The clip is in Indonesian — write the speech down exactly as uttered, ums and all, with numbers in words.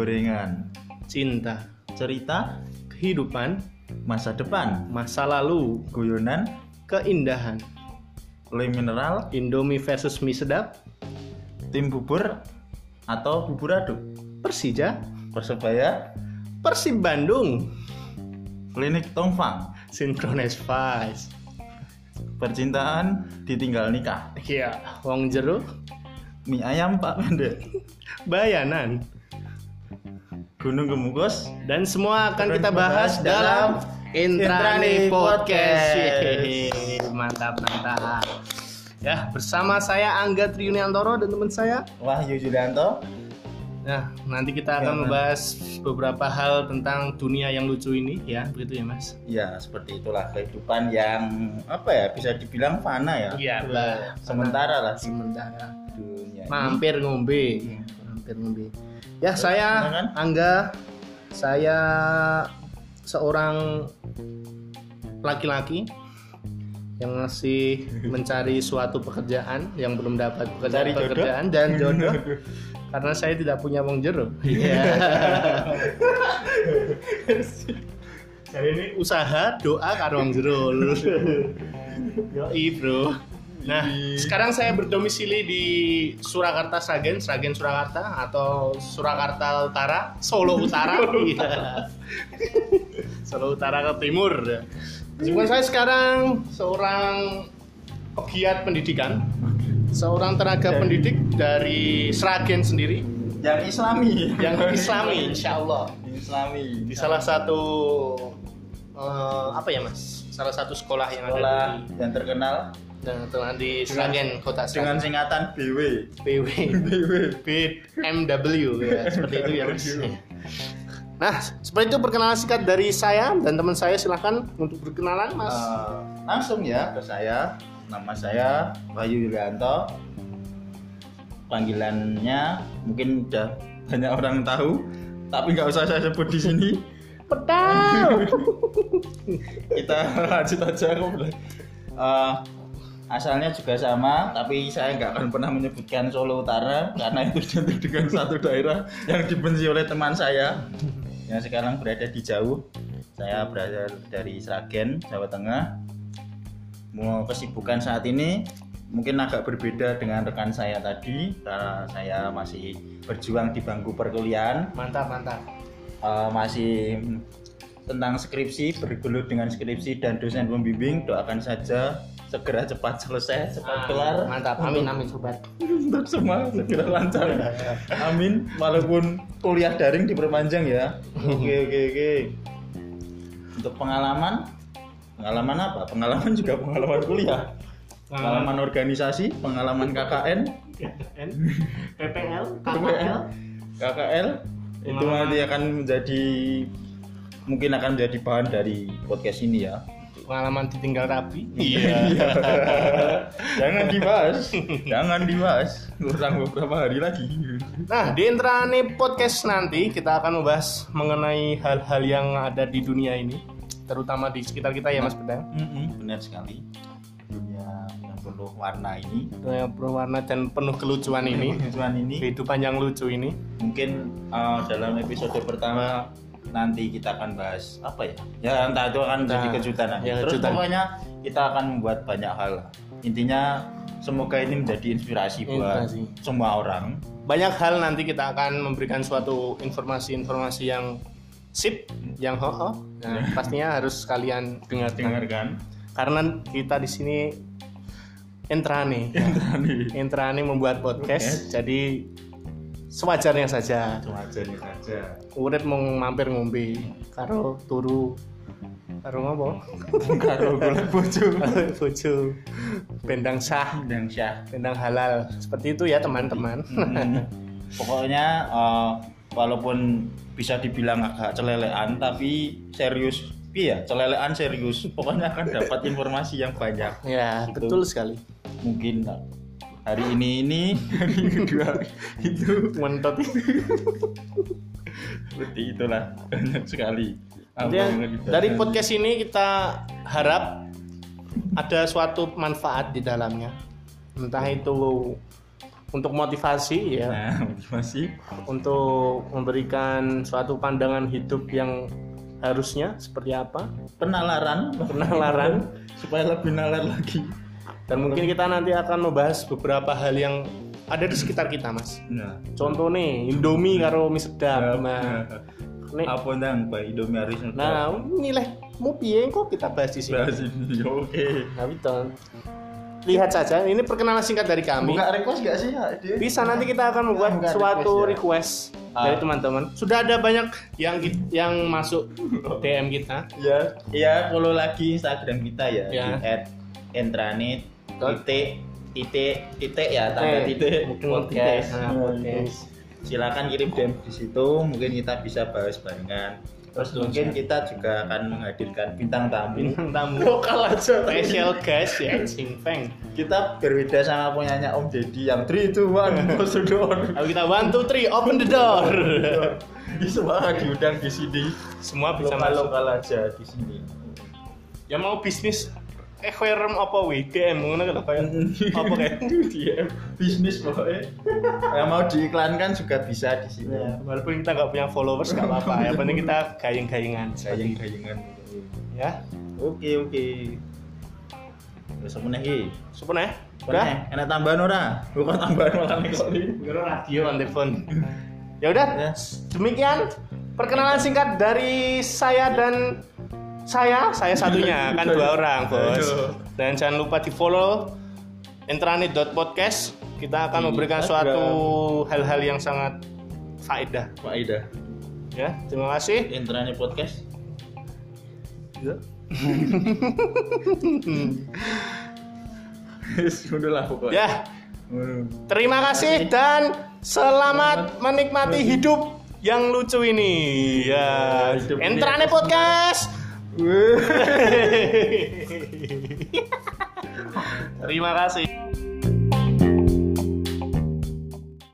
gorengan, cinta, cerita, kehidupan, masa depan, masa lalu, guyonan, keindahan, le mineral, Indomie versus mie sedap, tim bubur atau bubur aduk, Persija, Persebaya, Persib Bandung, klinik Tongfang, Synchronize Vice. percintaan ditinggal nikah, Iya, wong jero, mie ayam Pak Pendek, bayanan, gunung Gemukus, dan semua akan kita bahas dalam Intrani Podcast. Yeay, mantap mantap. Ya, bersama saya Angga Triuniantoro dan teman saya. Wahyu Julianto. Nah, nanti kita akan Ya, membahas beberapa hal tentang dunia yang lucu ini, ya, begitu ya, Mas? Ya, seperti itulah kehidupan yang apa ya, bisa dibilang fana ya. Iya, lah. Sementara lah Sementara. dunia. Mampir ngombe, mampir ngombe. Ya, saya silakan. Angga. Saya seorang laki-laki yang masih mencari suatu pekerjaan yang belum dapat pekerjaan, Cari jodoh? pekerjaan dan jodoh karena saya tidak punya wong jero. Iya. Jadi ini usaha doa karo wong jero. Yoi, Bro. Nah, sekarang saya berdomisili di Surakarta Sragen, Sragen Surakarta atau Surakarta Utara, Solo Utara. Iya. Solo Utara ke timur. Kesibukan saya sekarang seorang pegiat pendidikan, seorang tenaga pendidik dari Sragen sendiri, Yang Islami. yang Islami, insya Allah, Islami. di salah satu eh, apa ya Mas? Salah satu sekolah yang Sekolah ada di yang terkenal dan teman di Sragen, kota dengan Sragen. singkatan B W. B W, B M W ya, seperti itu ya Mas. Nah, seperti itu perkenalan singkat dari saya dan teman saya, silahkan untuk berkenalan Mas. Eh, langsung ya ke saya. Nama saya Wahyu Yulianto. Panggilannya mungkin udah banyak orang tahu, tapi nggak usah saya sebut di sini. Pedal. Kita lanjut aja. Uh, asalnya juga sama, tapi saya nggak akan pernah menyebutkan Solo Utara karena itu identik dengan satu daerah yang dibenci oleh teman saya yang sekarang berada di jauh. Saya berasal dari Sragen, Jawa Tengah. Mau kesibukan saat ini mungkin agak berbeda dengan rekan saya tadi karena saya masih berjuang di bangku perkuliahan. Mantap, mantap. Uh, masih tentang skripsi, bergelut dengan skripsi dan dosen pembimbing. Doakan saja segera cepat selesai, cepat kelar. Mantap, amin amin sobat. Untuk semua segera lancar. Amin. Walaupun kuliah daring diperpanjang ya. Oke oke oke. Untuk pengalaman, pengalaman apa? Pengalaman juga pengalaman kuliah. Pengalaman organisasi, pengalaman K K N, P P L, K K L, K K L itu nanti akan menjadi mungkin akan menjadi bahan dari podcast ini ya. pengalaman ditinggal rapi. Iya. Jangan dibahas, jangan dibahas. Kurang beberapa hari lagi. Nah, di Intrani Podcast nanti kita akan membahas mengenai hal-hal yang ada di dunia ini, terutama di sekitar kita ya Mas Pedang. Mm-mm, benar sekali. Dunia yang penuh warna ini, Dunia berwarna dan penuh kelucuan ini, kehidupan ini. kehidupan yang lucu ini. Mungkin uh, dalam episode pertama nanti kita akan bahas apa ya? Ya entah itu akan jadi Nah, kejutan nanti. ya, Terus kejutan. pokoknya kita akan membuat banyak hal. Intinya semoga ini menjadi inspirasi buat Inspirasi. semua orang. Banyak hal nanti kita akan memberikan suatu informasi-informasi yang sip, yang ho-ho. Nah, pastinya harus kalian dengar dengar Dengarkan. karena kita di sini Intrani. Intrani. Intrani membuat podcast, jadi sewajarnya saja. Wajarnya saja. Urip mau mampir ngombe karo turu karo ngopo? Karo golek bojo. Bojo. Bendang sah, Dan syah. bendang halal. Seperti itu ya teman-teman. Hmm. Pokoknya uh, walaupun bisa dibilang agak celelean tapi serius. Iya, celelean serius. Pokoknya akan dapat informasi yang banyak. Ya, Gitu. betul sekali. Mungkin hari ini ini, hari kedua itu Mentot. seperti itulah banyak sekali. Apa Kemudian, yang dibahas. dari podcast ini kita harap ada suatu manfaat di dalamnya. Entah itu untuk motivasi ya. Nah, motivasi Untuk memberikan suatu pandangan hidup yang harusnya seperti apa, penalaran, penalaran supaya lebih nalar lagi. dan mungkin kita nanti akan membahas beberapa hal yang ada di sekitar kita, Mas. Nah, Contoh nih, Indomie karo mie sedap. Nah, nih, apa nang Pak Indomie harus nah nilai mau piye kok kita bahas di sini. bahas ini. Oke. Nah, Witon. Lihat saja, ini perkenalan singkat dari kami. Buka request gak sih? Dia? Bisa, nanti kita akan membuat Buka suatu request, request, Ah. dari teman-teman. Sudah ada banyak yang yang masuk D M kita. Ya, ya follow lagi Instagram kita ya, Ya. di at entranet Dot. titik titik titik ya tanda Eh, titik mungkin podcast. podcast. Nah, podcast. Silakan kirim D M di situ, mungkin kita bisa bahas barengan. Terus mungkin kita juga akan menghadirkan bintang tamu. Bintang tamu. Lokal aja. Special guest ya, Sing Feng. Kita berbeda sama punyanya Om Deddy yang three two one close the door. Ayo kita one two three open the door. Ini semua diundang di sini. Semua bisa Lokal masuk. lokal aja di sini. Yang mau bisnis aquarium apa W D M ngono kan kayak apa kayak Dia bisnis pokoknya. Yang mau diiklankan juga bisa di sini. ya, walaupun kita nggak punya followers nggak apa-apa, yang penting kita gayeng-gayengan seperti itu. Gayeng-gayengan. Ya, Oke oke. Terus apa nih? super nih. Udah, Udah. enak tambahan ora? Bukan tambahan malah nih kok ini. Radio on the phone. Ya udah, Ya. demikian perkenalan singkat dari saya dan saya, saya satunya kan dua orang, Bos. Aduh. Dan jangan lupa di-follow entranet dot podcast. Kita akan Di memberikan Instagram. suatu hal-hal yang sangat faedah. Pak Ida. Ya, terima kasih. Intranya podcast. Sudah lah pokoknya. Ya, terima kasih dan selamat menikmati hidup yang lucu ini. Ya, Hidup ini entranet atas podcast. Terima kasih.